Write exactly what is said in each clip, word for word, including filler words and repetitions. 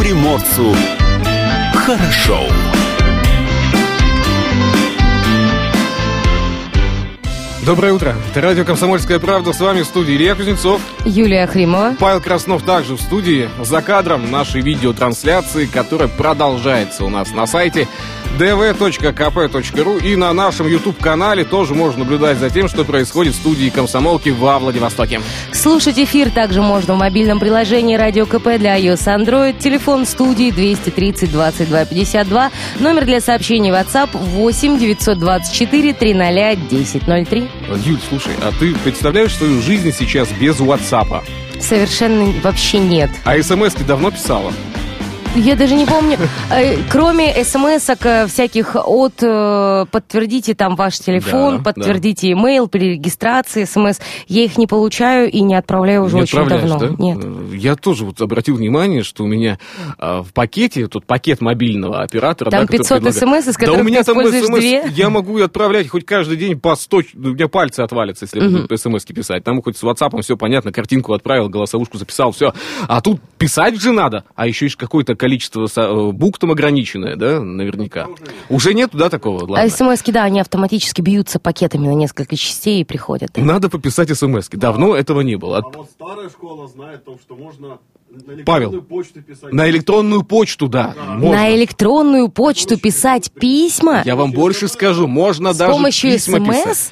приморцу хорошо. Доброе утро. Это радио «Комсомольская правда». С вами в студии Илья Кузнецов. Юлия Хримова. Павел Краснов также в студии. За кадром нашей видеотрансляции, которая продолжается у нас на сайте дэ вэ точка ка пэ точка ру. И на нашем YouTube-канале тоже можно наблюдать за тем, что происходит в студии «Комсомолки» во Владивостоке. Слушать эфир также можно в мобильном приложении «Радио КП» для iOS и Android. Телефон студии двести тридцать двадцать два пятьдесят два. Номер для сообщений WhatsApp восемь девятьсот двадцать четыре триста десять ноль три. Юль, слушай, а ты представляешь свою жизнь сейчас без WhatsApp? Совершенно вообще нет. А смс-ки давно писала? Я даже не помню. Кроме смс-ок всяких от подтвердите там ваш телефон, да, подтвердите имейл при регистрации смс, я их не получаю и не отправляю уже не очень давно. Да? Нет. Я тоже вот обратил внимание, что у меня а, в пакете, тут пакет мобильного оператора. Там да, пятьсот смс, из которых да, у меня ты там используешь смс, две. Я могу отправлять хоть каждый день по сто, у меня пальцы отвалятся, если я буду смс-ки писать. Там хоть с WhatsApp все понятно, картинку отправил, голосовушку записал, все. А тут писать же надо, а еще есть какое-то количество букв там ограниченное, да, наверняка. Уже нет, да, такого? Ладно. А смс-ки, да, они автоматически бьются пакетами на несколько частей и приходят. Надо пописать смс-ки. Давно да. этого не было. А вот старая школа знает о том, что можно на электронную Павел, почту писать. На электронную почту, да. да. На электронную почту писать письма? Я вам больше скажу, можно с даже помощью письма смс? писать.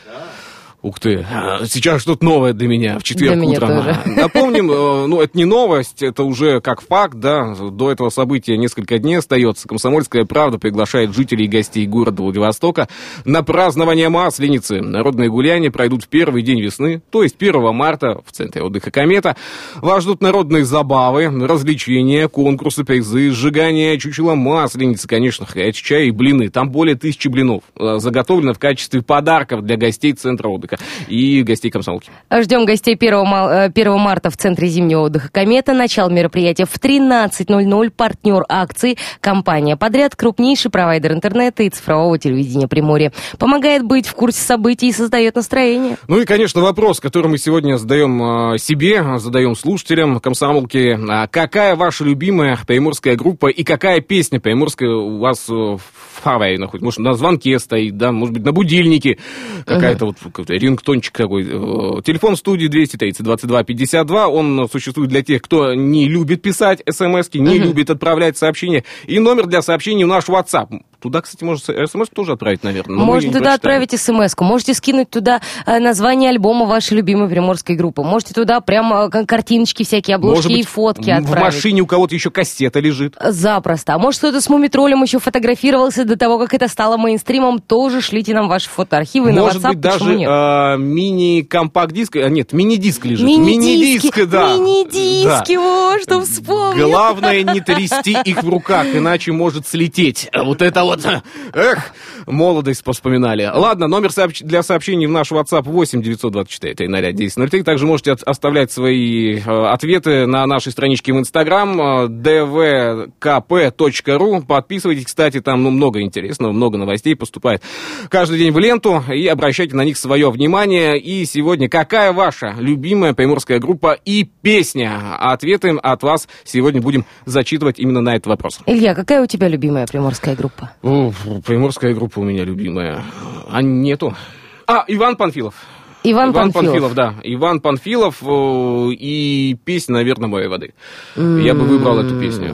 Ух ты, сейчас что-то новое для меня в четверг для утром. Меня тоже. Напомним, ну, это не новость, это уже как факт, да, до этого события несколько дней остается. «Комсомольская правда» приглашает жителей и гостей города Владивостока на празднование Масленицы. Народные гуляния пройдут в первый день весны, то есть первого марта в центре отдыха «Комета». Вас ждут народные забавы, развлечения, конкурсы, призы, сжигание чучела Масленицы, конечно, горячий чай и блины. Там более тысячи блинов заготовлено в качестве подарков для гостей центра отдыха и гостей комсомолки. Ждем гостей первого марта в Центре зимнего отдыха «Комета». Начало мероприятия в тринадцать ноль ноль. Партнер акции – компания «Подряд», крупнейший провайдер интернета и цифрового телевидения Приморья. Помогает быть в курсе событий и создает настроение. Ну и, конечно, вопрос, который мы сегодня задаем себе, задаем слушателям комсомолки. Какая ваша любимая приморская группа и какая песня приморская у вас в фаворе находится? Может, на звонке стоит, да, может быть, на будильнике какая-то uh-huh. вот какой-то рингтончик какой. Телефон студии двести тридцать двадцать два пятьдесят два. Он существует для тех, кто не любит писать смс-ки, не uh-huh. любит отправлять сообщения. И номер для сообщений в наш WhatsApp. Туда, кстати, можно смс тоже отправить, наверное. Можно туда отправить смс-ку. Можете скинуть туда название альбома вашей любимой приморской группы. Можете туда прям картиночки всякие, обложки может быть, и фотки отправить. В машине у кого-то еще кассета лежит. Запросто. А может, кто-то с Мумитролем еще фотографировался до того, как это стало мейнстримом. Тоже шлите нам ваши фотоархивы на WhatsApp. Может быть, даже э, мини-компакт-диск. А, нет, мини-диск лежит. Мини-диски, мини-диск, да. Мини-диски, да. о, что вспомнил. Главное не трясти их в руках, иначе может слететь. Вот это вот, эх, молодость вспоминали. Ладно, номер сообщ... для сообщений в наш WhatsApp восемь девятьсот двадцать четыре триста десять ноль три. Также можете от... оставлять свои э, ответы на нашей страничке в Инстаграм э, дэ вэ ка пэ точка ру. Подписывайтесь, кстати, там ну, много интересного, много новостей поступает каждый день в ленту. И обращайте на них свое внимание. И сегодня какая ваша любимая приморская группа и песня? Ответы от вас сегодня будем зачитывать именно на этот вопрос. Илья, какая у тебя любимая приморская группа? О, приморская группа у меня любимая. А нету. А, Иван Панфилов. Иван, Иван Панфилов. Панфилов, да. Иван Панфилов э, и песня, наверное, «Моей воды». Mm-hmm. Я бы выбрал эту песню.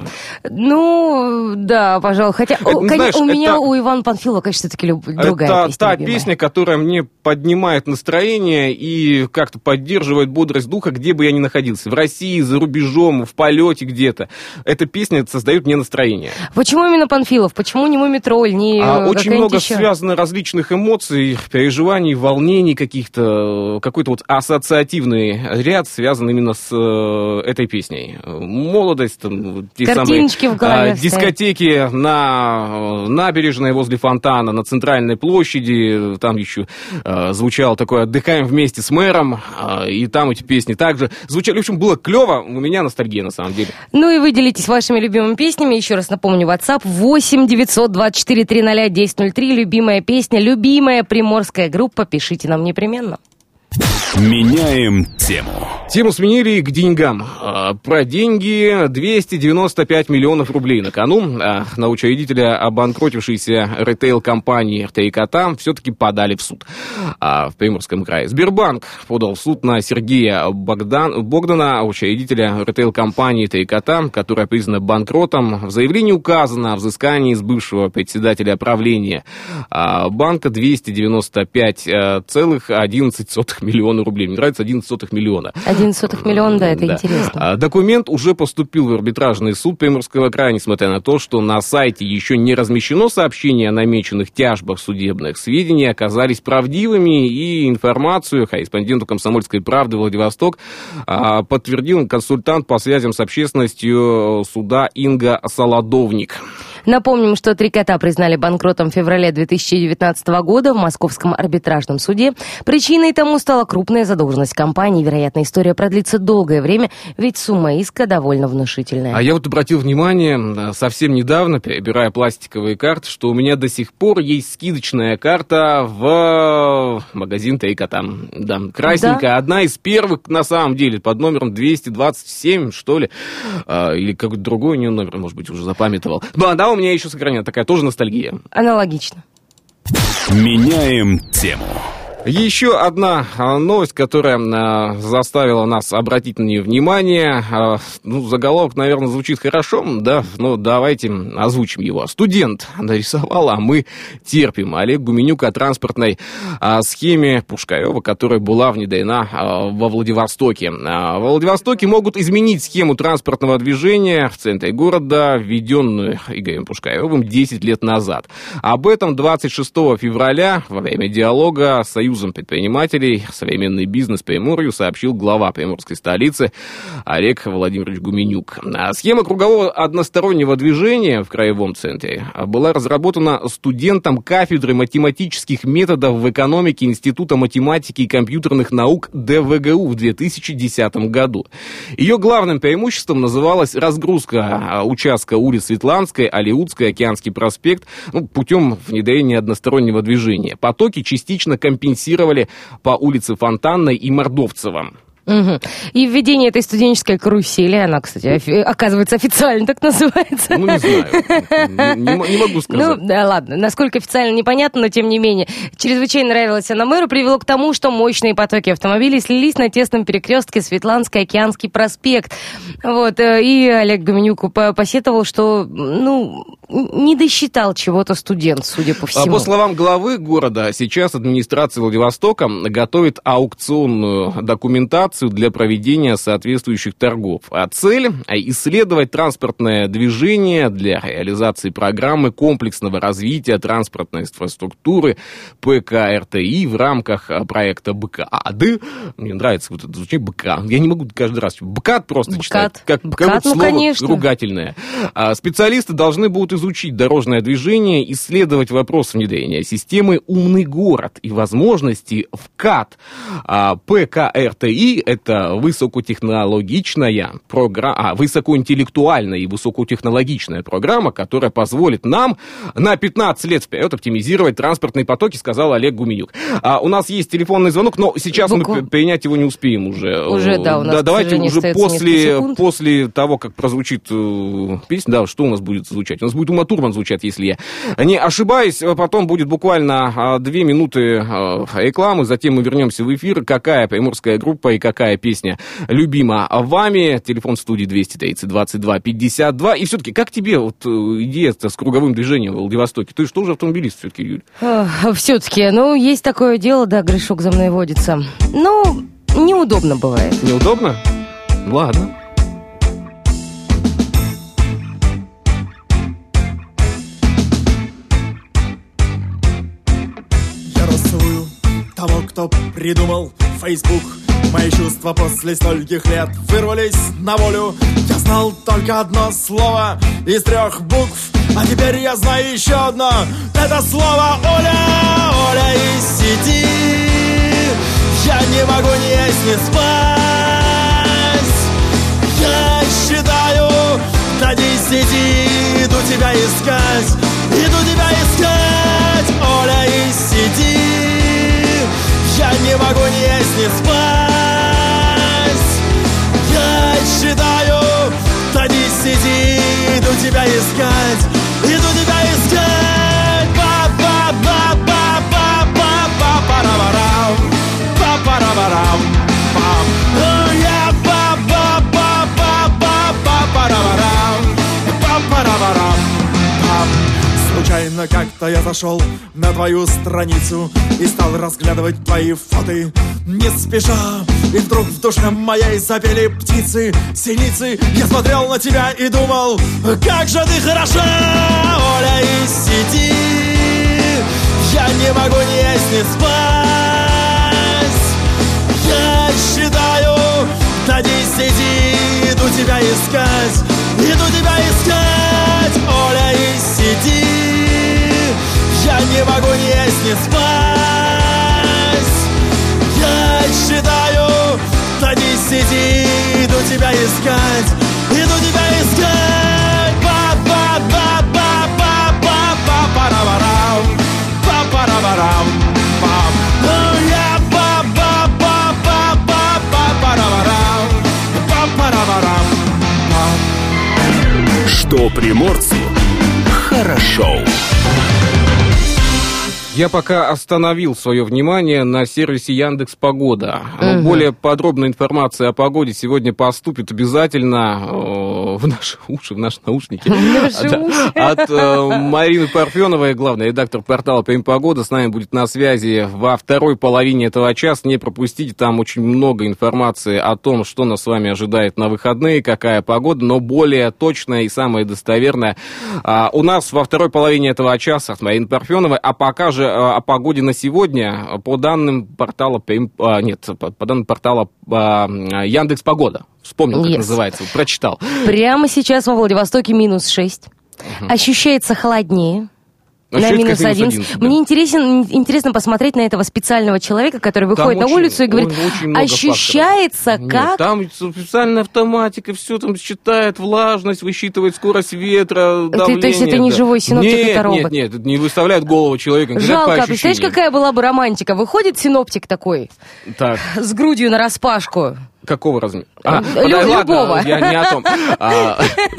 Ну, да, пожалуй. Хотя это, о, знаешь, у меня, это, у Ивана Панфилова, конечно, все-таки люб... другая это песня. Это та любимая. песня, которая мне поднимает настроение и как-то поддерживает бодрость духа, где бы я ни находился. В России, за рубежом, в полете где-то. Эта песня создает мне настроение. Почему именно Панфилов? Почему не Мумитроль, не а, очень много еще? связано различных эмоций, переживаний, волнений каких-то. Какой-то вот ассоциативный ряд связан именно с э, этой песней. Молодость, там, те картиночки самые в голове э, дискотеки на набережной возле фонтана, на центральной площади. Там еще э, звучало такое «Отдыхаем вместе с мэром», э, и там эти песни также звучали. В общем, было клево. У меня ностальгия, на самом деле. Ну и вы делитесь вашими любимыми песнями. Еще раз напомню, WhatsApp восемь девятьсот двадцать четыре триста десять ноль три. Любимая песня, любимая приморская группа. Пишите нам непременно. Меняем тему. Тему сменили к деньгам. Про деньги двести девяносто пять миллионов рублей на кону. На учредителя обанкротившейся ритейл-компании «Тайкота» все-таки подали в суд в Приморском крае. Сбербанк подал в суд на Сергея Богдан, Богдана, учредителя ритейл-компании «Тайкота», которая признана банкротом. В заявлении указано о взыскании с бывшего председателя правления банка двести девяносто пять целых одиннадцать сотых миллиона рублей. Мне нравится одиннадцать сотых миллиона. одиннадцать сотых миллиона, да, это да. Интересно. Документ уже поступил в арбитражный суд Приморского края, несмотря на то, что на сайте еще не размещено сообщение о намеченных тяжбах судебных. Сведения оказались правдивыми, и информацию корреспонденту «Комсомольской правды» Владивосток подтвердил консультант по связям с общественностью суда Инга Солодовник. Напомним, что «Три кота» признали банкротом в феврале две тысячи девятнадцатого года в Московском арбитражном суде. Причиной тому стала крупная задолженность компании. Вероятно, история продлится долгое время, ведь сумма иска довольно внушительная. А я вот обратил внимание совсем недавно, перебирая пластиковые карты, что у меня до сих пор есть скидочная карта в магазин «Три кота». Да, красненькая, да? Одна из первых, на самом деле, под номером двести двадцать семь, что ли, или какой-то другой у нее номер, может быть, уже запамятовал. Ну, а да, у меня еще сохранена такая тоже ностальгия. Аналогично. Меняем тему. Еще одна новость, которая а, заставила нас обратить на нее внимание. А, ну, заголовок, наверное, звучит хорошо, да, но давайте озвучим его. Студент нарисовал, а мы терпим. Олег Гуменюк о транспортной а, схеме Пушкарева, которая была внедрена а, во Владивостоке. А, во Владивостоке могут изменить схему транспортного движения в центре города, введенную Игорем Пушкаревым десять лет назад. Об этом двадцать шестого февраля во время диалога Союз предпринимателей «Современный бизнес Приморью» сообщил глава приморской столицы Олег Владимирович Гуменюк. Схема кругового одностороннего движения в краевом центре была разработана студентом кафедры математических методов в экономике Института математики и компьютерных наук Дэ Вэ Гэ У в две тысячи десятом году. Ее главным преимуществом называлась разгрузка участка улиц Светланской, Алеутской, Океанский проспект ну, путем внедрения одностороннего движения. Потоки частично компенсировали по улице Фонтанной и Мордовцева. Угу. И введение этой студенческой карусели, она, кстати, офи- оказывается, официально так называется. Ну, не знаю, не, не могу сказать. Ну, да, ладно, насколько официально, непонятно, но тем не менее. Чрезвычайно нравилась она мэру, привело к тому, что мощные потоки автомобилей слились на тесном перекрестке Светланский, Океанский проспект. Вот, и Олег Гуменюк посетовал, что, ну, не досчитал чего-то студент, судя по всему. По словам главы города, сейчас администрация Владивостока готовит аукционную документацию для проведения соответствующих торгов. А цель – исследовать транспортное движение для реализации программы комплексного развития транспортной инфраструктуры Пэ Ка Эр Тэ И в рамках проекта Бэ Ка А Д. Мне нравится вот это звучание Бэ Ка. Я не могу каждый раз Бэ Ка Т просто БКАТ. читать. Как, БКАТ, как ну, слово конечно. ругательное. А специалисты должны будут изучить дорожное движение, исследовать вопрос внедрения системы «Умный город» и возможности в КАТ. А Пэ Ка Эр Тэ И – это высокотехнологичная программа, а, высокоинтеллектуальная и высокотехнологичная программа, которая позволит нам на пятнадцать лет вперед оптимизировать транспортные потоки, сказал Олег Гуменюк. А, у нас есть телефонный звонок, но сейчас Букв... мы принять его не успеем уже. Уже, да, у нас, да, давайте уже после, после того, как прозвучит э, песня, да, что у нас будет звучать? У нас будет Ума Турман звучать, если я не ошибаюсь. Потом будет буквально две минуты э, рекламы, затем мы вернемся в эфир. Какая приморская группа и какая песня любима вами? Телефон в студии двести тридцать двадцать два пятьдесят два. И все-таки, как тебе вот идея с круговым движением в Владивостоке? Ты же тоже автомобилист все-таки, Юль? Все-таки, ну, есть такое дело, да, грешок за мной водится. Ну, неудобно бывает. Неудобно? Ладно. Я расцелую того, кто придумал Facebook. Мои чувства после стольких лет вырвались на волю. Я знал только одно слово из трех букв, а теперь я знаю еще одно. Это слово Оля, Оля из сети. Я не могу ни есть, ни спать. Я считаю до десяти, иду тебя искать, иду тебя искать. Оля из сети. Я не не могу ни есть, ни спать. Я считаю до десяти, иду тебя искать, иду тебя искать. Па-па-па-па-па-па-па-парам, па-парам-парам, пам. Я па-па-па-па-па-па-парам, па-парам-парам, пам. Случайно как-то я зашел на твою страницу и стал разглядывать твои фото не спеша. И вдруг в душе моей запели птицы, синицы. Я смотрел на тебя и думал, как же ты хороша, Оля, из сети. Я не могу ни есть, ни спать. Я считаю до десяти, иду тебя искать, иду тебя искать, Оля, из сети. Я не могу ни есть, ни спать. Я считаю до десяти, иду тебя искать, иду тебя искать. Па-па-па-па-па-па-па-парам, па-парам-парам, пам. Я па-па-па-па-па-па-парам, па-парам-парам, пам. Что приморцу хорошо. Я пока остановил свое внимание на сервисе Яндекс.Погода. Угу. Более подробная информация о погоде сегодня поступит обязательно э, в наши уши, в наши наушники. От Марины Парфеновой, главный редактор портала «Погода», с нами будет на связи во второй половине этого часа. Не пропустите, там очень много информации о том, что нас с вами ожидает на выходные, какая погода, но более точная и самая достоверная у нас во второй половине этого часа от Марины Парфеновой. А пока же о погоде на сегодня, по данным портала, нет, по данным портала Яндекс.Погода. Вспомнил, как yes. называется, прочитал. Прямо сейчас во Владивостоке минус шесть. Uh-huh. Ощущается холоднее. А на минус одиннадцать. Да. Мне интересен, интересно посмотреть на этого специального человека, который выходит там на очень, улицу и говорит, ощущается факторов. как... Нет, там специальная автоматика, все там считает влажность, высчитывает скорость ветра, давление. То есть это не да. живой синоптик, нет, это робот? Нет, нет, это не выставляет голову человека. Жалко, представляешь, какая была бы романтика? Выходит синоптик такой, так. с грудью нараспашку. Какого размера? А, Лю- подай, любого. Ладно, я не о том. А,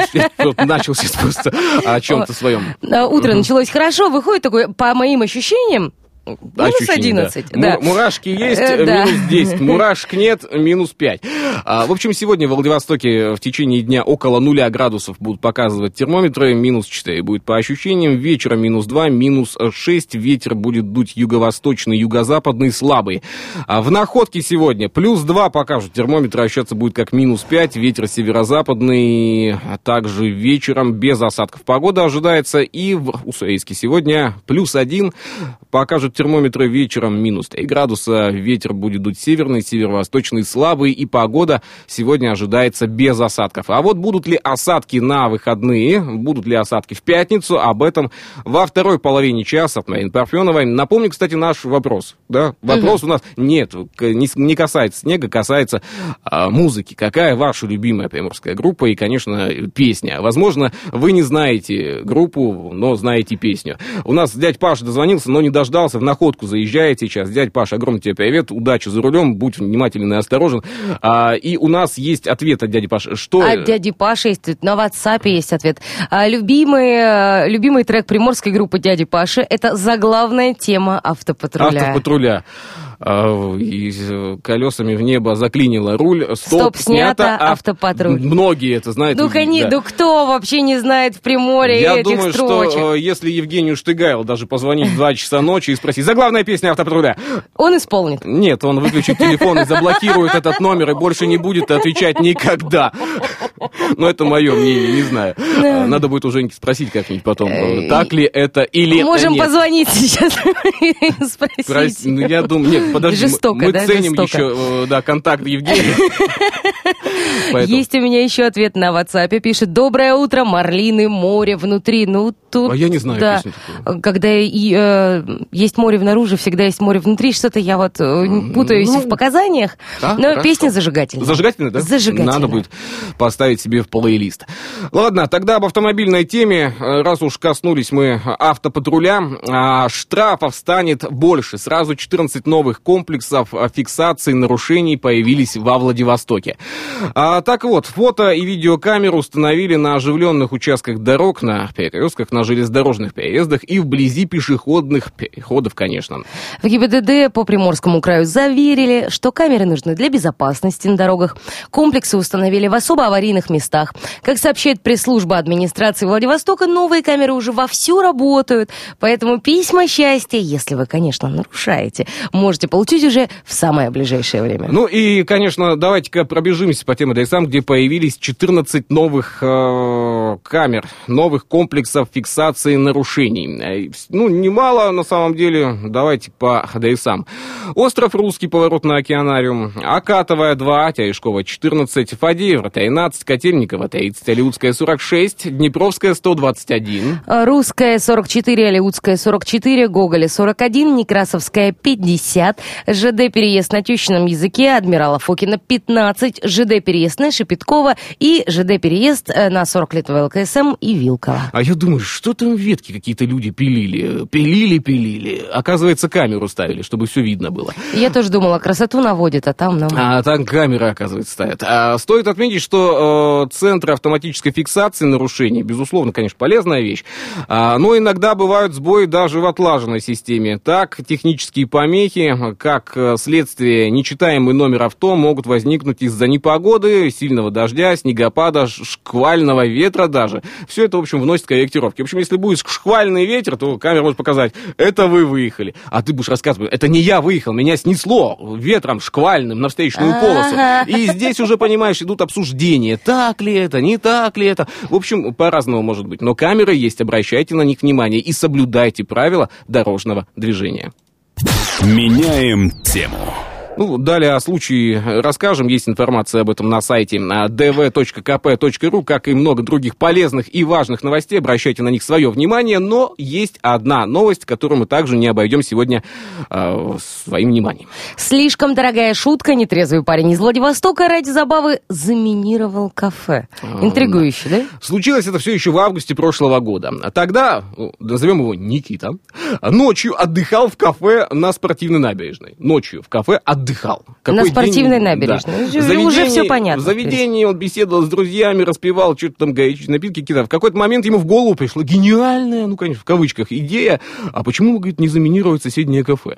начал сейчас просто о чем-то своем. Утро началось хорошо, выходит такой, по моим ощущениям, минус одиннадцать. Да. Мурашки есть, э, да. минус десять. Мурашек нет, минус пять. А, в общем, сегодня в Владивостоке в течение дня около нуля градусов будут показывать термометры. Минус четыре будет по ощущениям. Вечером минус два, минус шесть. Ветер будет дуть юго-восточный, юго-западный, слабый. А в Находке сегодня плюс два покажут термометры. Ощущаться будет как минус пять. Ветер северо-западный. А также вечером без осадков погода ожидается. И в Уссурийске сегодня плюс один покажут термометры. Вечером минус три градуса, ветер будет дуть северный, северо-восточный, слабый, и погода сегодня ожидается без осадков. А вот будут ли осадки на выходные, будут ли осадки в пятницу, об этом во второй половине часа от Марины Парфеновой. Напомню, кстати, наш вопрос. Да? Вопрос угу. у нас нет, не касается снега, касается а, музыки. Какая ваша любимая приморская группа и, конечно, песня? Возможно, вы не знаете группу, но знаете песню. У нас дядь Паша дозвонился, но не дождался. В Находку заезжает сейчас. Дядь Паша, огромный тебе привет, удачи за рулем, будь внимателен и осторожен. А, и у нас есть ответ от дяди Паши. Что... От дяди Паши есть, на WhatsApp есть ответ. А, любимый, любимый трек приморской группы дяди Паши — это заглавная тема «Автопатруля». «Автопатруля». И колесами в небо заклинило руль. Стоп, Стоп снято, ав... автопатруль. Многие это знают. Ну, конечно, да. Ну кто вообще не знает в Приморье Я этих думаю, строчек? что если Евгению Штыгайлу даже позвонить в два часа ночи и спросить, заглавная песня «Автопатруля», он исполнит. Нет, он выключит телефон и заблокирует этот номер и больше не будет отвечать никогда. Но это мое мнение, не знаю. Надо будет у Женьки спросить как-нибудь потом, так ли это или нет. Можем позвонить сейчас и спросить. Ну, я думаю, нет, подожди, жестоко, мы да, ценим жестоко. еще да, контакт Евгения. Есть у меня еще ответ на WhatsApp. Пишет: доброе утро, марлины, море внутри. Ну, тут... А я не знаю да, песню такую. Когда и, э, есть море внаружи, всегда есть море внутри. Что-то я вот э, путаюсь ну, в показаниях. Да, но хорошо. Песня зажигательная. Зажигательная, да? Зажигательная. Надо будет поставить. поставить себе в плейлист. Ладно, тогда об автомобильной теме, раз уж коснулись мы автопатруля, штрафов станет больше. Сразу четырнадцать новых комплексов фиксации нарушений появились во Владивостоке. А, так вот, фото и видеокамеру установили на оживленных участках дорог, на перекрестках, на железнодорожных переездах и вблизи пешеходных переходов, конечно. В ГИБДД по Приморскому краю заверили, что камеры нужны для безопасности на дорогах. Комплексы установили в особо аварийных местах. Как сообщает пресс-служба администрации Владивостока, новые камеры уже вовсю работают. Поэтому письма счастья, если вы, конечно, нарушаете, можете получить уже в самое ближайшее время. Ну и, конечно, давайте-ка пробежимся по тем адресам, где появились четырнадцать новых э, камер, новых комплексов фиксации нарушений. Ну, немало, на самом деле, давайте по адресам. Остров Русский, поворот на Океанариум, Акатовая два, Терешкова четырнадцать, Фадеева тринадцать, Котельникова тридцать, Алиутская сорок шесть, Днепровская сто двадцать один. Русская сорок четыре, Алиутская сорок четыре, Гоголя сорок один, Некрасовская пятьдесят, ЖД переезд на Тющином языке, Адмирала Фокина пятнадцать, ЖД переезд на Шепеткова и ЖД переезд на сорок лет ВЛКСМ и Вилково. А я думаю, что там ветки какие-то люди пилили, пилили, пилили. Оказывается, камеру ставили, чтобы все видно было. Я тоже думала, красоту наводит, а там... Ну... А там камеры, оказывается, ставят. А стоит отметить, что э, центры автоматической фиксации нарушений, безусловно, конечно, полезная вещь, а, но иногда бывают сбои даже в отлаженной системе. Так, технические помехи, как следствие, нечитаемый номер авто могут возникнуть из-за непогоды, сильного дождя, снегопада, шквального ветра даже. Все это, в общем, вносит корректировки. В общем, если будет шквальный ветер, то камера может показать, это вы выехали. А ты будешь рассказывать, это не я выехал, меня снесло ветром шквальным на встречную полосу. И здесь уже, понимаешь, идут обсуждения, так ли это, не так ли это. В общем, по-разному может быть. Но камеры есть, обращайте на них внимание и соблюдайте правила дорожного движения. Меняем тему. Ну, далее о случае расскажем. Есть информация об этом на сайте ди ви точка ка пэ точка ру, как и много других полезных и важных новостей. Обращайте на них свое внимание. Но есть одна новость, которую мы также не обойдем сегодня э, своим вниманием. Слишком дорогая шутка. Нетрезвый парень из Владивостока ради забавы заминировал кафе. Интригующе, да? Случилось это все еще в августе прошлого года. Тогда, назовем его Никита, ночью отдыхал в кафе на Спортивной набережной. Ночью в кафе отдыхал. Отдыхал. Какой на Спортивной день... набережной. Да. Уже, Заведение... уже все понятно. В заведении он беседовал с друзьями, распивал что-то там, горячие напитки какие-то. В какой-то момент ему в голову пришла гениальная, ну, конечно, в кавычках, идея, а почему, говорит, не заминировать соседнее кафе?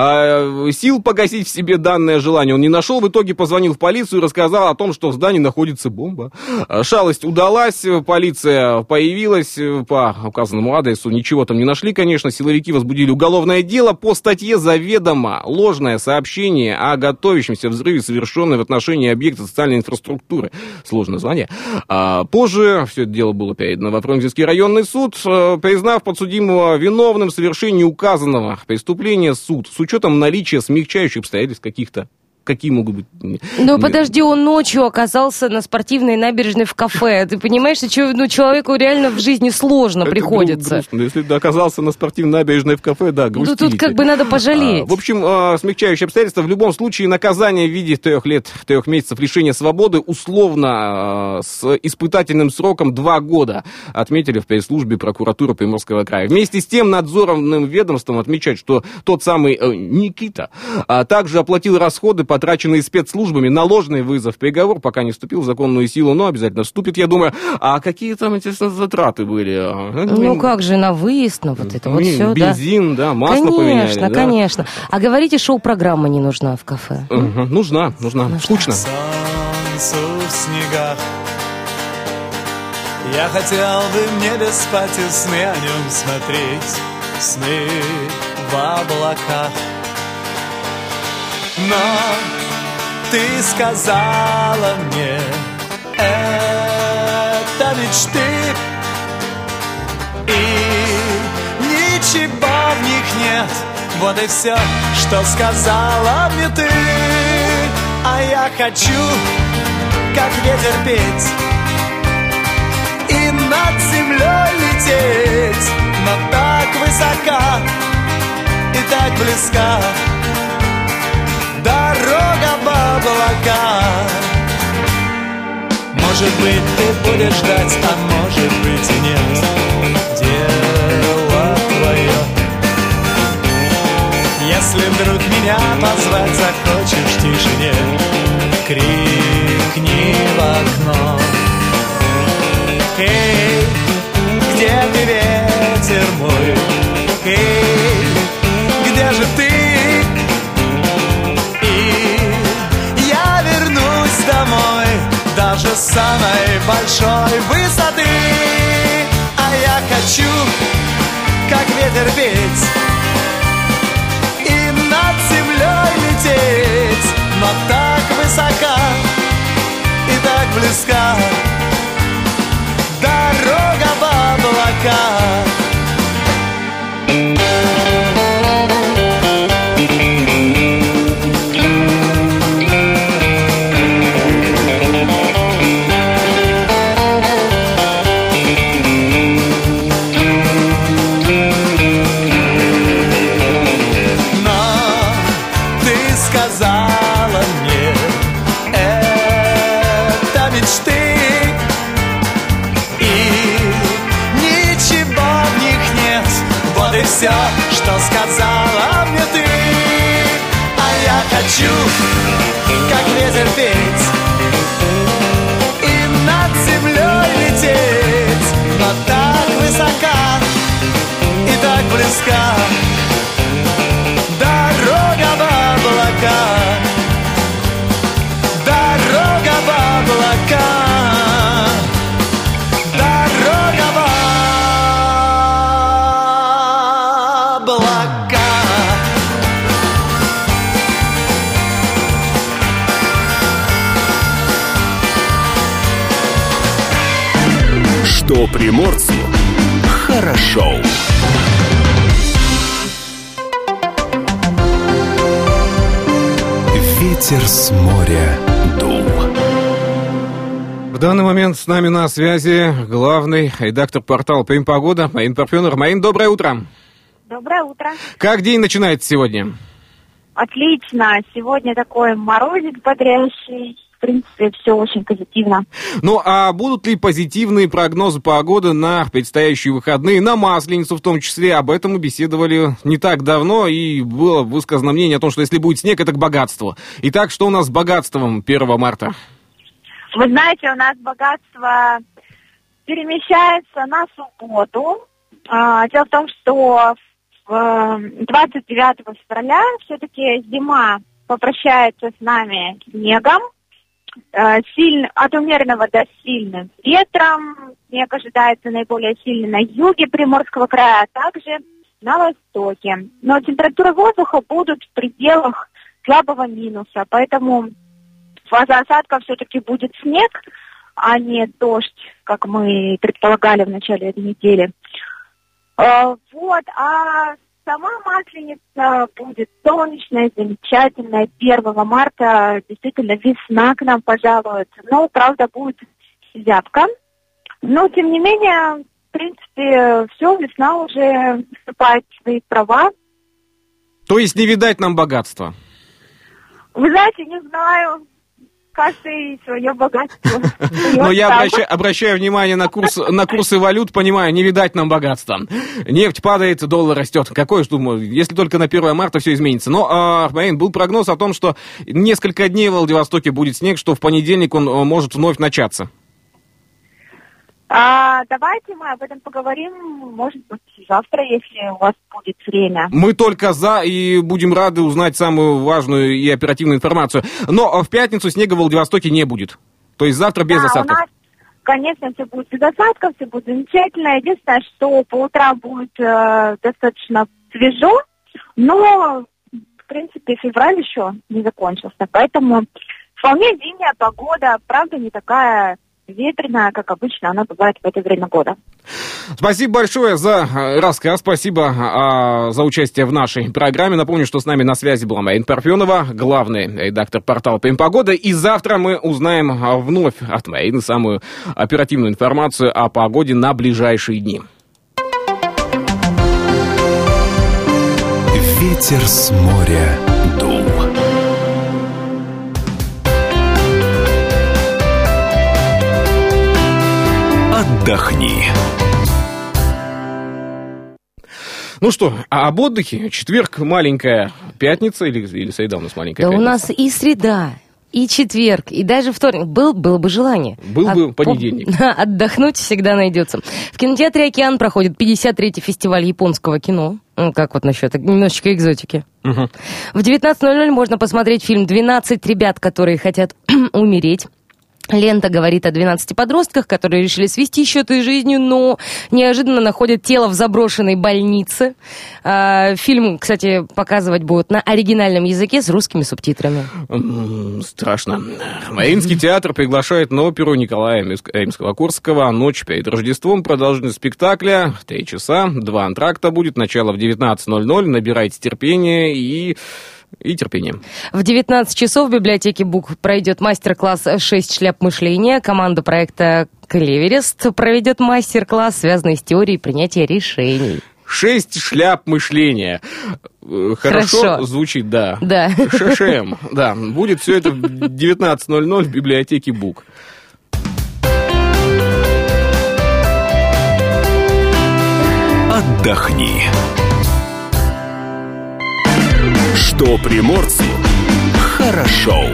А, сил погасить в себе данное желание он не нашел. В итоге позвонил в полицию и рассказал о том, что в здании находится бомба. Шалость удалась, полиция появилась по указанному адресу. Ничего там не нашли, конечно. Силовики возбудили уголовное дело по статье «Заведомо ложное сообщение о готовящемся взрыве, совершенном в отношении объекта социальной инфраструктуры». Сложное название. А позже все это дело было передано во Фрунзенский районный суд, признав подсудимого виновным в совершении указанного преступления, суд с учетом наличия смягчающих обстоятельств каких-то. Какие могут быть? Ну, подожди, он ночью оказался на Спортивной набережной в кафе. Ты понимаешь, что ну, человеку реально в жизни сложно это приходится. Грустно. Если ты оказался на Спортивной набережной в кафе, да, грустите. Ну, тут как бы надо пожалеть. А, в общем, а, смягчающие обстоятельства в любом случае наказание в виде трех лет, трех месяцев лишения свободы условно а, с испытательным сроком два года, отметили в пресс-службе прокуратуры Приморского края. Вместе с тем надзорным ведомством отмечают, что тот самый э, Никита а, также оплатил расходы, потраченные спецслужбами на ложный вызов. Приговор пока не вступил в законную силу, но обязательно вступит, я думаю. А какие там, естественно, затраты были? Ну как же, на выезд, на вот это вот все, бензин, да, масло конечно, поменяли. Конечно, да. конечно. А говорите, шоу-программа не нужна в кафе? Угу. Нужна, нужна, нужна. Скучно. Солнцу в снегах я хотел бы в небе спать и сны о нем смотреть, сны в облаках. Но ты сказала мне, это мечты, и ничего в них нет. Вот и все, что сказала мне ты. А я хочу, как ветер, петь и над землей лететь, но так высока и так близка дорога в облака. Может Может быть, ты будешь ждать, а может быть и нет. Дело твое. Если вдруг меня позвать захочешь в тишине, крикни в окно. Эй, где ты, ветер мой? Эй, где же ты? И я вернусь домой даже с самой большой высоты. А я хочу, как ветер, петь и над землей лететь, но так высока и так близка дорога в облака. Все, что сказала мне ты. А я хочу, как ветер, петь и над землей лететь, но так высока и так близка дорога в облака, дорога в облака, дорога в облака. Что приморцу хорошо. Ветер с моря дул. В данный момент с нами на связи главный редактор портала «Прим Погода» Марина Парфенова. Марин, доброе утро. Доброе утро. Как день начинается сегодня? Отлично. Сегодня такой морозик бодрящий. В принципе, все очень позитивно. Ну, а будут ли позитивные прогнозы погоды на предстоящие выходные, на Масленицу в том числе? Об этом мы беседовали не так давно, и было высказано мнение о том, что если будет снег, это к богатству. Итак, что у нас с богатством первого марта? Вы знаете, у нас богатство перемещается на субботу. Дело в том, что двадцать девятого февраля все-таки зима попрощается с нами снегом. Сильно, от умеренного до сильным ветром. Снег ожидается наиболее сильный на юге Приморского края, а также на востоке. Но температуры воздуха будут в пределах слабого минуса, поэтому фаза осадков все-таки будет снег, а не дождь, как мы предполагали в начале этой недели. Вот, а сама Масленица будет солнечная, замечательная. первого марта действительно весна к нам пожалует. Но, правда, будет зябко. Но, тем не менее, в принципе, все, весна уже вступает в свои права. То есть не видать нам богатства? Вы знаете, не знаю. Каждый свое богатство. Но я обращаю, обращаю внимание на, курс, на курсы валют, понимаю, не видать нам богатства. Нефть падает, доллар растет. Какой ж, думаю, если только на первого марта все изменится. Но, а, Марин, был прогноз о том, что несколько дней в Владивостоке будет снег, что в понедельник он может вновь начаться. А, давайте мы об этом поговорим, может быть, завтра, если у вас будет время. Мы только за и будем рады узнать самую важную и оперативную информацию. Но в пятницу снега в Владивостоке не будет. То есть завтра без да, осадков. У нас, конечно, все будет без осадков, все будет замечательно. Единственное, что по утрам будет э, достаточно свежо, но, в принципе, февраль еще не закончился. Поэтому вполне зимняя погода, правда, не такая ветреная, как обычно она бывает в это время года. Спасибо большое за рассказ, спасибо а, за участие в нашей программе. Напомню, что с нами на связи была Марина Парфенова, главный редактор портала «Прим Погода». И завтра мы узнаем вновь от Марины самую оперативную информацию о погоде на ближайшие дни. Ветер с моря дул. Отдохни. Ну что, а об отдыхе? Четверг, маленькая пятница или, или среда у нас маленькая Да пятница? у нас и среда, и четверг, и даже вторник. Был, было бы желание. Был А, бы понедельник. по- Отдохнуть всегда найдется. В кинотеатре «Океан» проходит пятьдесят третий фестиваль японского кино. Ну, как вот насчет немножечко экзотики. Угу. В девятнадцать ноль ноль можно посмотреть фильм «двенадцать ребят, которые хотят умереть». Лента говорит о двенадцати подростках, которые решили свести счеты с жизнью, но неожиданно находят тело в заброшенной больнице. А, фильм, кстати, показывать будут на оригинальном языке с русскими субтитрами. М, Страшно. Мариинский театр приглашает на оперу Николая Римского-Корского «Ночь перед Рождеством». Продолжительность спектакля три часа, два антракта будет, начало в девятнадцать ноль ноль. Набирайте терпение и... и терпение. В девятнадцать часов в библиотеке БУК пройдет мастер-класс «Шесть шляп мышления». Команда проекта «Клеверест» проведет мастер-класс, связанный с теорией принятия решений. Шесть шляп мышления. Э, Хорошо, Хорошо. звучит, да. Да. ШШМ, да. Будет все это в девятнадцать ноль ноль в библиотеке БУК. Отдохни. Что приморцу хорошо.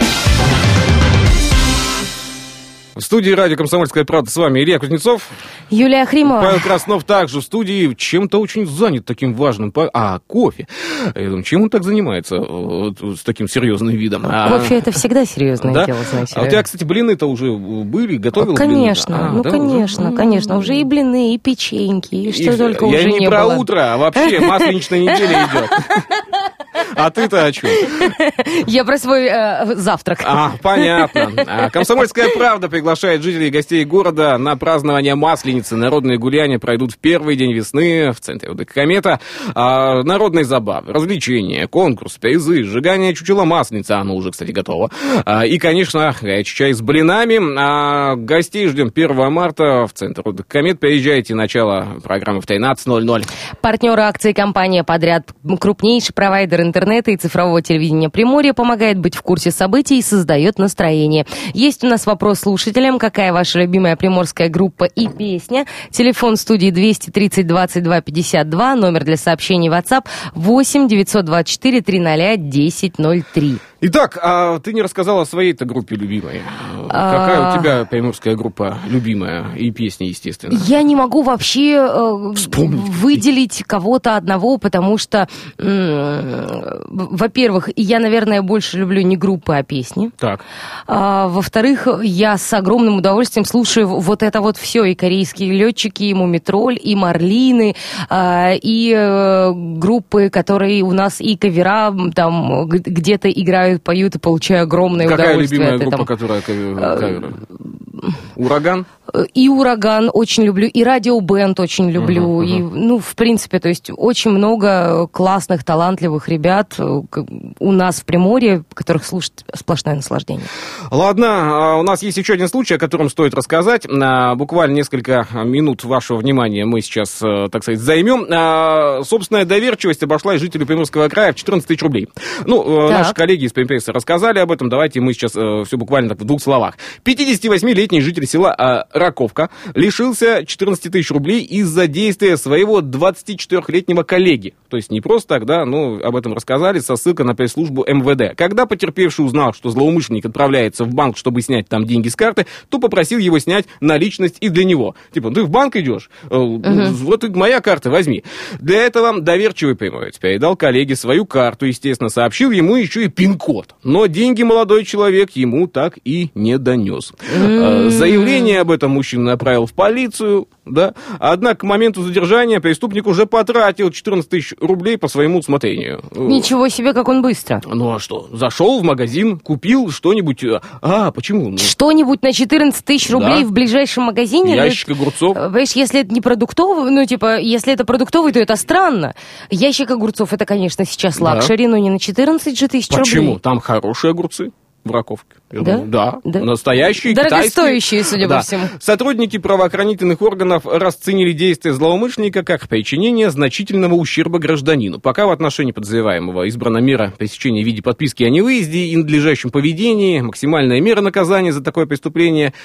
В студии радио «Комсомольская правда» с вами Илья Кузнецов. Юлия Хримова. Павел Краснов также в студии, чем-то очень занят таким важным. по- А, кофе. Я думаю, чем он так занимается вот, с таким серьезным видом? А, Кофе — это всегда серьезное да? дело, знаете. А у тебя, кстати, блины-то уже были? Готовил Конечно, блины? А, ну да, конечно, уже? конечно. Уже и блины, и печеньки, и что И- только Я уже не, не про было. утро, а вообще масленичная неделя идет. А ты-то о чем? Я про свой э, завтрак. А, понятно. А, «Комсомольская правда» приглашает жителей и гостей города на празднование Масленицы. Народные гуляния пройдут в первый день весны в центре ОДК «Комета». А, народные забавы, развлечения, конкурс, призы, сжигание чучела Масленицы. Оно уже, кстати, готово. А, и, конечно, горячий чай с блинами. А, гостей ждем первого марта в центр ОДК «Комет». Приезжайте, начало программы в тринадцать ноль ноль. Партнеры акции компания «Подряд», крупнейший провайдер интернета и цифрового телевидения Приморья, помогает быть в курсе событий и создает настроение. Есть у нас вопрос слушателям: какая ваша любимая приморская группа и песня? Телефон студии двести тридцать двадцать два пятьдесят два, номер для сообщений WhatsApp восемь девятьсот двадцать четыре триста десять ноль три. Итак, а ты не рассказала о своей-то группе любимой. Какая у тебя приморская группа любимая и песни, естественно? Я не могу вообще э, Вспомнить. выделить кого-то одного, потому что, м- во-первых, я, наверное, больше люблю не группы, а песни. Так. А, во-вторых, я с огромным удовольствием слушаю вот это вот все. И корейские летчики, и Мумитроль, и Марлины, а, и э, группы, которые у нас и кавера там г- где-то играют, поют, и получаю огромное Какая удовольствие любимая от группа, этого. которая кавер- каверы? Ураган? И «Ураган» очень люблю, и «Радиобенд» очень люблю, Мгм, и, ну, в принципе, то есть очень много классных, талантливых ребят э, к- у нас в Приморье, которых слушать сплошное наслаждение. Ладно, а у нас есть еще один случай, о котором стоит рассказать. А, Буквально несколько минут вашего внимания мы сейчас, э, так сказать, займем. А, Собственная доверчивость обошла жителей Приморского края в четырнадцать тысяч рублей. Ну, э, Так. наши коллеги из ПМПС рассказали об этом. Давайте мы сейчас все буквально так в двух словах. пятидесятивосьмилетний житель села а, Раковка лишился четырнадцати тысяч рублей из-за действия своего двадцатичетырехлетнего коллеги. То есть не просто так, да, ну, об этом рассказали со ссылкой на пресс-службу эм вэ дэ. Когда потерпевший узнал, что злоумышленник отправляется в банк, чтобы снять там деньги с карты, то попросил его снять наличность и для него. Типа, ты в банк идешь? Э, Вот и моя карта, возьми. Для этого доверчивый приморец передал коллеге свою карту, естественно, сообщил ему еще и пин-код. Но деньги молодой человек ему так и не донес. Э, Заявление об этом мужчина направил в полицию, да. Однако к моменту задержания преступник уже потратил четырнадцать тысяч рублей по своему усмотрению. Ничего себе, как он быстро. Ну а что? Зашел в магазин, купил что-нибудь. А, почему? Ну, Что-нибудь на четырнадцать тысяч рублей Да. в ближайшем магазине? ящик огурцов. Ну, понимаешь, если это не продуктовый, ну, типа, если это продуктовый, то это странно. Ящик огурцов, это, конечно, сейчас Да. лакшери, но не на четырнадцать же тысяч Почему? рублей. Там хорошие огурцы в Раковке. Я Да? думаю, да? Да. Настоящие, Дорогостоящие, китайские. судя Да. по всему. Сотрудники правоохранительных органов расценили действия злоумышленника как причинение значительного ущерба гражданину. Пока в отношении подозреваемого избрана мера пресечения в виде подписки о невыезде и надлежащем поведении. Максимальная мера наказания за такое преступление —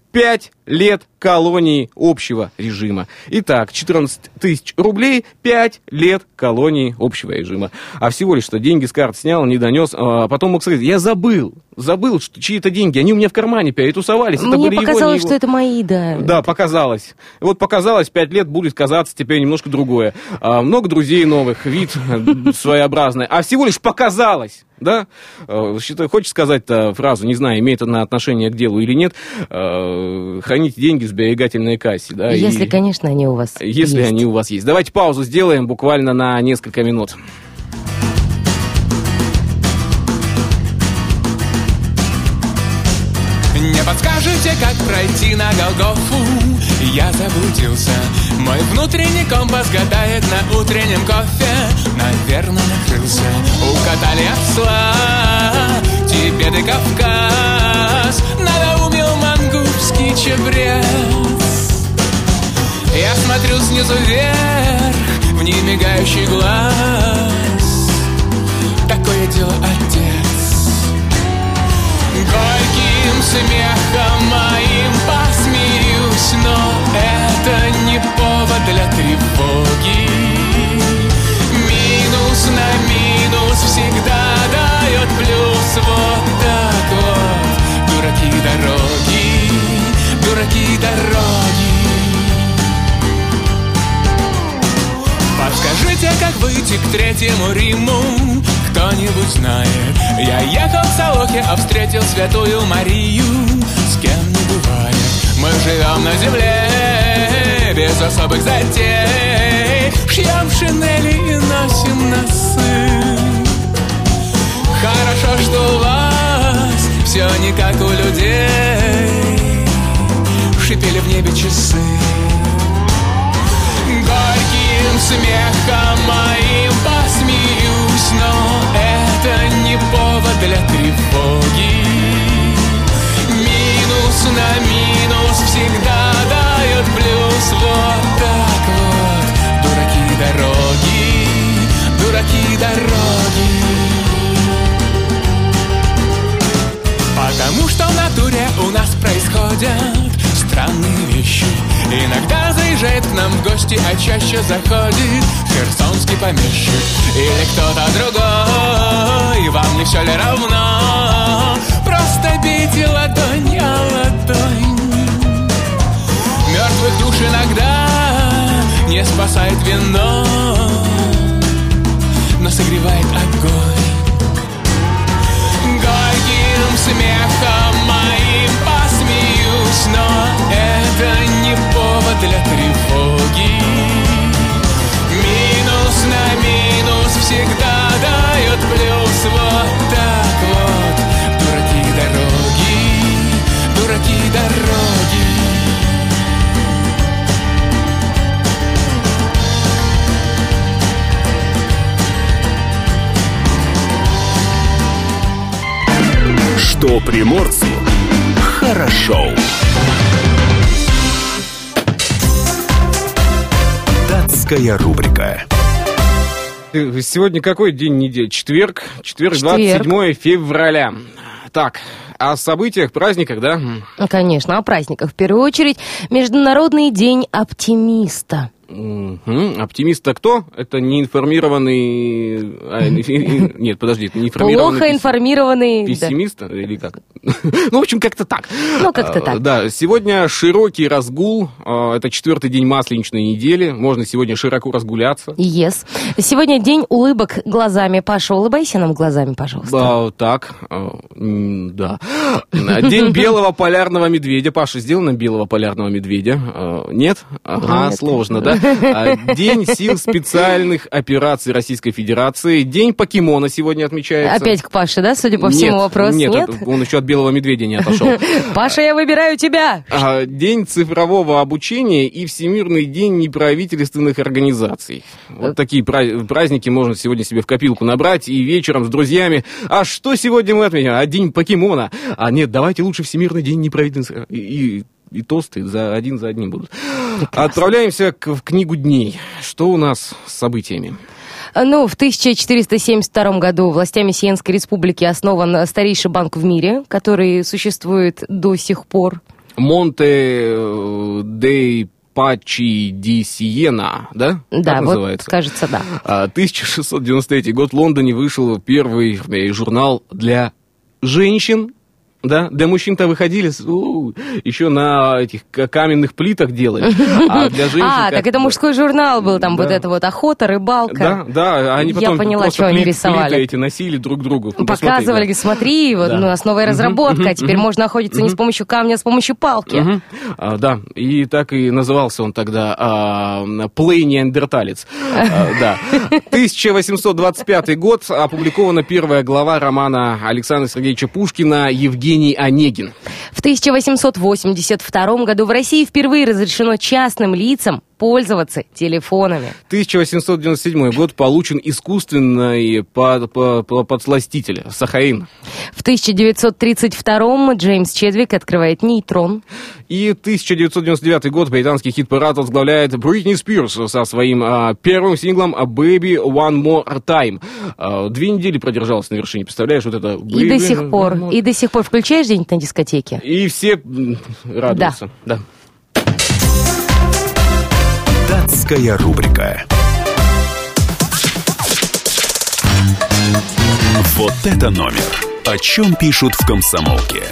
Пять лет колонии общего режима. Итак, четырнадцать тысяч рублей, пять лет колонии общего режима. А всего лишь, что деньги с карт снял, не донес, а потом мог сказать, я забыл, забыл, что чьи-то деньги, они у меня в кармане перетусовались. Это Мне были показалось, его, что это мои, да. Да, показалось. Вот показалось, пять лет будет казаться теперь немножко другое. А, много друзей новых, вид своеобразный. А всего лишь показалось. Да? Хочешь сказать-то фразу, не знаю, имеет она отношение к делу или нет, храните деньги в сберегательной кассе. Да? Если, И, конечно, они у вас Если есть. они у вас есть. Давайте паузу сделаем буквально на несколько минут. Не подскажете, как пройти на Голгофу? Я заблудился. Мой внутренний компас гадает на утреннем кофе. Наверное, накрылся. Укатали осла, Тибет и Кавказ. Надоумил мангубский чебрец. Я смотрю снизу вверх в немигающий глаз. Такое дело, отец. Горьким смехом моим посмеюсь, но это не повод для тревоги. Минус на минус всегда дает плюс. Вот так вот, дураки дороги, дураки дороги. Подскажите, как выйти к Третьему Риму? Кто-нибудь знает? Я ехал в Салохе, а встретил святую Марию. С кем не бывает. Мы живем на земле без особых затей. Шьем шинели и носим носы. Хорошо, что у вас все не как у людей. Шипели в небе часы. Горьким смехом моим посмеюсь, но это не повод для тревоги. Минус на минус всегда дает плюс. Вот так вот, дураки дороги, дураки дороги. Потому что в натуре у нас происходят странные вещи. Иногда заезжает к нам в гости, а чаще заходит херсонский помещик. Или кто-то другой, вам не все ли равно? Просто бейте ладонь о ладонь. Мертвых душ иногда не спасает вино, но согревает огонь. Горьким смехом моим посмеюсь, но это не повод для тревоги. Минус на минус всегда дает плюс. Вот так вот, дураки дороги, дураки дороги. Что приморцу хорошо. Датская рубрика. Сегодня какой день недели? Четверг. Четверг, Четверг. двадцать седьмое февраля. Так, о событиях, праздниках, да? Конечно, о праздниках. В первую очередь, Международный день оптимиста. Угу. Оптимист-то кто? Это неинформированный... А, нет, подожди, это неинформированный... Плохо информированный... Пессимист? Да. Или как? Ну, в общем, как-то так. Ну, как-то так. Да, сегодня широкий разгул. Это четвертый день масленичной недели. Можно сегодня широко разгуляться. Yes. Сегодня день улыбок глазами. Паша, улыбайся нам глазами, пожалуйста. Да, так, да. День белого полярного медведя. Паша, сделай нам белого полярного медведя. Нет? Ага, Нет. Сложно, да? День сил специальных операций Российской Федерации. День покемона сегодня отмечается. Опять к Паше, да, судя по всему, нет, вопрос? Нет, нет? он еще от белого медведя не отошел. Паша, я выбираю тебя! День цифрового обучения и Всемирный день неправительственных организаций. Вот такие праздники можно сегодня себе в копилку набрать и вечером с друзьями. А что сегодня мы отметим? А день покемона. А нет, давайте лучше Всемирный день неправительственных... И... И тосты за один за одним будут. Прекрасно. Отправляемся к, в книгу дней. Что у нас с событиями? Ну, в тысяча четыреста семьдесят втором году властями Сиенской республики основан старейший банк в мире, который существует до сих пор. Монте де Пачи ди Сиена, да? Да, так вот, называется? кажется, да. тысяча шестьсот девяносто третий год, в Лондоне вышел первый журнал для женщин. Да, для мужчин-то выходили у, еще на этих каменных плитах делали, а для женщин... А, как... так это мужской журнал был, там да. вот это вот охота, рыбалка. Да, да, они потом Я поняла, просто что они плит, рисовали. плиты эти носили друг другу. Ну, показывали, да. смотри, вот Да. у нас новая разработка, Мгм, теперь мгм, можно охотиться мгм. не с помощью камня, а с помощью палки. Мгм. А, да, и так и назывался он тогда а, «Плей неандерталец». А, да. тысяча восемьсот двадцать пятый год, опубликована первая глава романа Александра Сергеевича Пушкина «Евгений Онегин». В тысяча восемьсот восемьдесят втором году в России впервые разрешено частным лицам пользоваться телефонами. тысяча восемьсот девяносто седьмой год, получен искусственный под, под, под, подсластитель сахарин. В тысяча девятьсот тридцать втором Джеймс Чедвик открывает нейтрон. И тысяча девятьсот девяносто девятый год, британский хит-парад возглавляет Бритни Спирс со своим а, первым синглом «Baby One More Time». А, две недели продержалась на вершине, представляешь, вот это... И до сих пор, и до сих пор включаешь где-нибудь на дискотеке? И все м, радуются. Да. Да. Датская рубрика. Вот это номер. О чем пишут в «Комсомолке».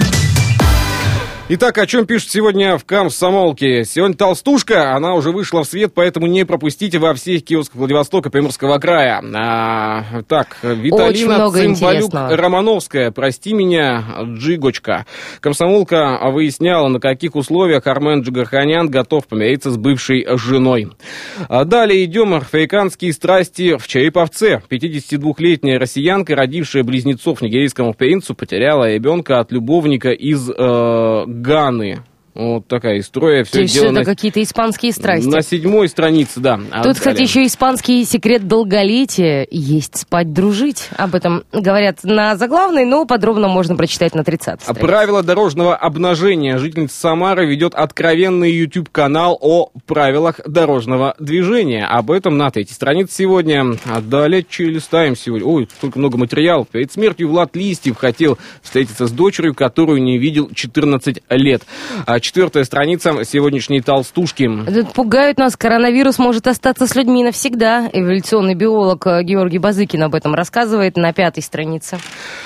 Итак, о чем пишут сегодня в «Комсомолке». Сегодня толстушка, она уже вышла в свет, поэтому не пропустите во всех киосках Владивостока, Приморского края. А, так, Виталина Цымбалюк-Романовская, прости меня, Джигочка. «Комсомолка» выясняла, на каких условиях Армен Джигарханян готов помириться с бывшей женой. А далее идем. Африканские страсти в Череповце. пятидесятидвухлетняя россиянка, родившая близнецов нигерийскому принцу, потеряла ребенка от любовника из... Э, Ганы. Вот такая история. Все это на... какие-то испанские страсти. На седьмой странице, да. Тут, кстати, еще испанский секрет долголетия. Есть, спать, дружить. Об этом говорят на заглавной, но подробно можно прочитать на тридцатой странице. Правила дорожного обнажения. Жительница Самары ведет откровенный YouTube-канал о правилах дорожного движения. Об этом на третьей странице сегодня. А далее листаем сегодня. Ой, столько много материалов. Перед смертью Влад Листьев хотел встретиться с дочерью, которую не видел четырнадцать лет. Четвертая страница сегодняшней толстушки. Тут пугают нас, коронавирус может остаться с людьми навсегда. Эволюционный биолог Георгий Базыкин об этом рассказывает на пятой странице.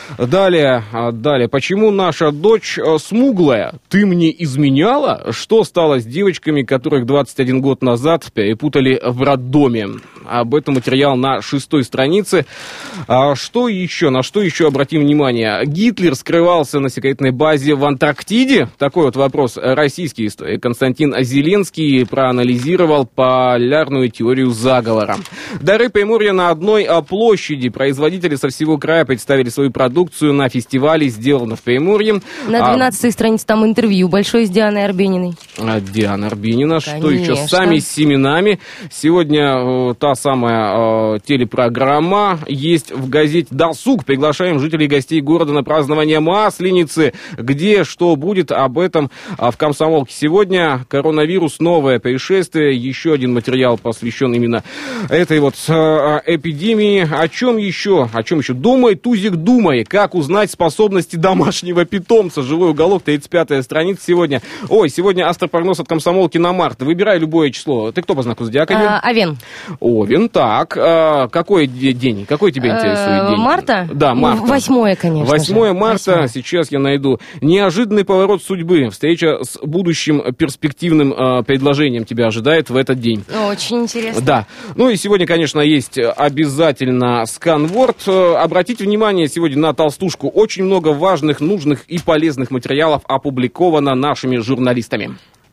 Далее, далее. Почему наша дочь смуглая? Ты мне изменяла? Что стало с девочками, которых двадцать один год назад перепутали в роддоме? Об этом материал на шестой странице. А что еще? На что еще обратим внимание? Гитлер скрывался на секретной базе в Антарктиде? Такой вот вопрос. Российский историк Константин Зеленский проанализировал полярную теорию заговора. Дары Приморья на одной площади. Производители со всего края представили свою продукцию на фестивале «Сделано в Приморье». На двенадцатой а... странице там интервью большое с Дианой Арбениной. А Диана Арбенина. Конечно. Что еще? Сами с семенами. Сегодня э, та самая э, телепрограмма есть в газете «Досуг». Приглашаем жителей и гостей города на празднование Масленицы. Где что будет, об этом в «Комсомолке» сегодня. Коронавирус, новое происшествие. Еще один материал посвящен именно этой вот э, эпидемии. О чем еще? О чем еще? Думай, Тузик, думай. Как узнать способности домашнего питомца? Живой уголок, тридцать пятая страница сегодня. Ой, сегодня астропрогноз от «Комсомолки» на март. Выбирай любое число. Ты кто по знаку зодиака? А, Овен. Овен, так. А, какой день? Какой тебя интересует день? Марта? Да, марта. Восьмое, конечно. Восьмое марта. Восьмое. Сейчас я найду. Неожиданный поворот судьбы. Встреча с будущим перспективным э, предложением тебя ожидает в этот день. Очень интересно. Да. Ну и сегодня, конечно, есть обязательно сканворд. Обратите внимание сегодня на толстушку. Очень много важных, нужных и полезных материалов опубликовано нашими журналистами.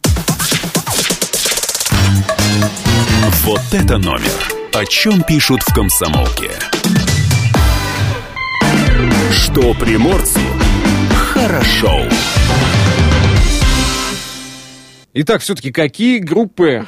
Вот это номер. О чем пишут в «Комсомолке». Что приморцу хорошо. Итак, все-таки какие группы,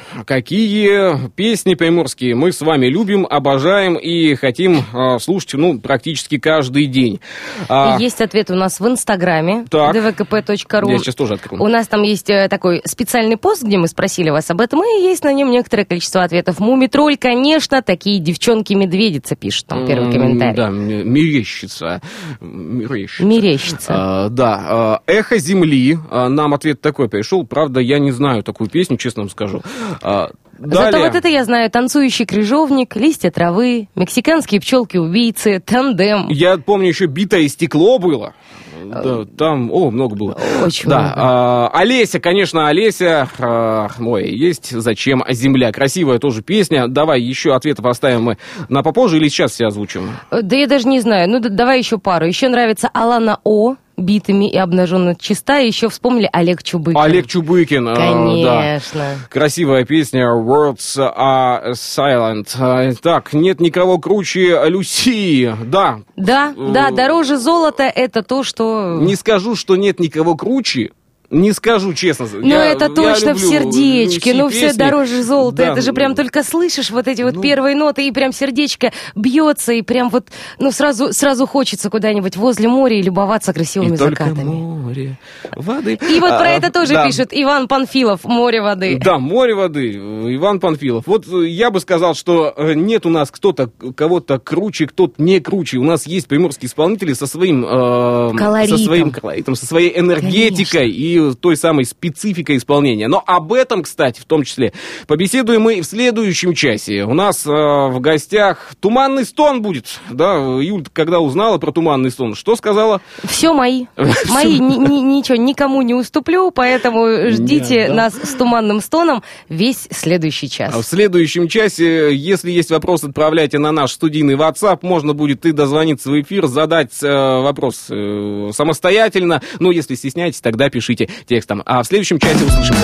какие песни приморские мы с вами любим, обожаем и хотим э, слушать, ну, практически каждый день? А... Есть ответ у нас в Инстаграме, так. дэ вэ ка пэ точка ру. Я сейчас тоже открою. У нас там есть э, такой специальный пост, где мы спросили вас об этом, и есть на нем некоторое количество ответов. Мумитроль, конечно, такие девчонки-медведица, пишет там первый комментарий. Да, мерещица. Мерещица. Мерещица. А, да, «Эхо земли». Нам ответ такой пришел, правда, я не знаю такую песню, честно вам скажу. А, Зато далее... вот это я знаю. «Танцующий крыжовник», «Листья травы», «Мексиканские пчелки-убийцы», «Тандем». Я помню, еще «Битое стекло» было. Да, там, о, много было. Очень да, много. А, Олеся, конечно, Олеся. А, ой, есть «Зачем земля». Красивая тоже песня. Давай еще ответы поставим мы на попозже или сейчас все озвучим? Да я даже не знаю. Ну, да, давай еще пару. Еще нравится Алана О. «Битыми и обнаженно чиста». И еще вспомнили Олег Чубыкин. Олег Чубыкин. Конечно. Да. Красивая песня «Words are silent». Так, нет никого круче Люси. Да. Да, да, дороже золота — это то, что... Не скажу, что нет никого круче. Не скажу, честно. Ну, это точно в сердечке. Ну, все песни. дороже золота. Да. Это же прям только слышишь вот эти вот ну... первые ноты, и прям сердечко бьется, и прям вот, ну, сразу, сразу хочется куда-нибудь возле моря и любоваться красивыми и только закатами. море воды. И вот а, про это тоже да. пишет Иван Панфилов, «Море воды». Да, «Море воды», Иван Панфилов. Вот я бы сказал, что нет у нас кто-то, кого-то круче, кто-то не круче. У нас есть приморские исполнители со своим... Э, колоритом. Со своим колоритом, со своей энергетикой. Конечно. И той самой спецификой исполнения. Но об этом, кстати, в том числе, побеседуем мы в следующем часе. У нас э, в гостях «Туманный стон» будет. Да, Юль, когда узнала про «Туманный стон», что сказала? Все мои. Мои, ничего, никому не уступлю, поэтому ждите нас с «Туманным стоном» весь следующий час. В следующем часе, если есть вопрос, отправляйте на наш студийный WhatsApp. Можно будет и дозвониться в эфир, задать э, вопрос э, самостоятельно. Ну, если стесняетесь, тогда пишите текстом. А в следующем часе услышимся.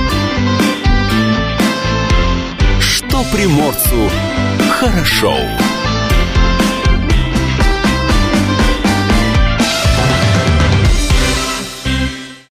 Что приморцу хорошо.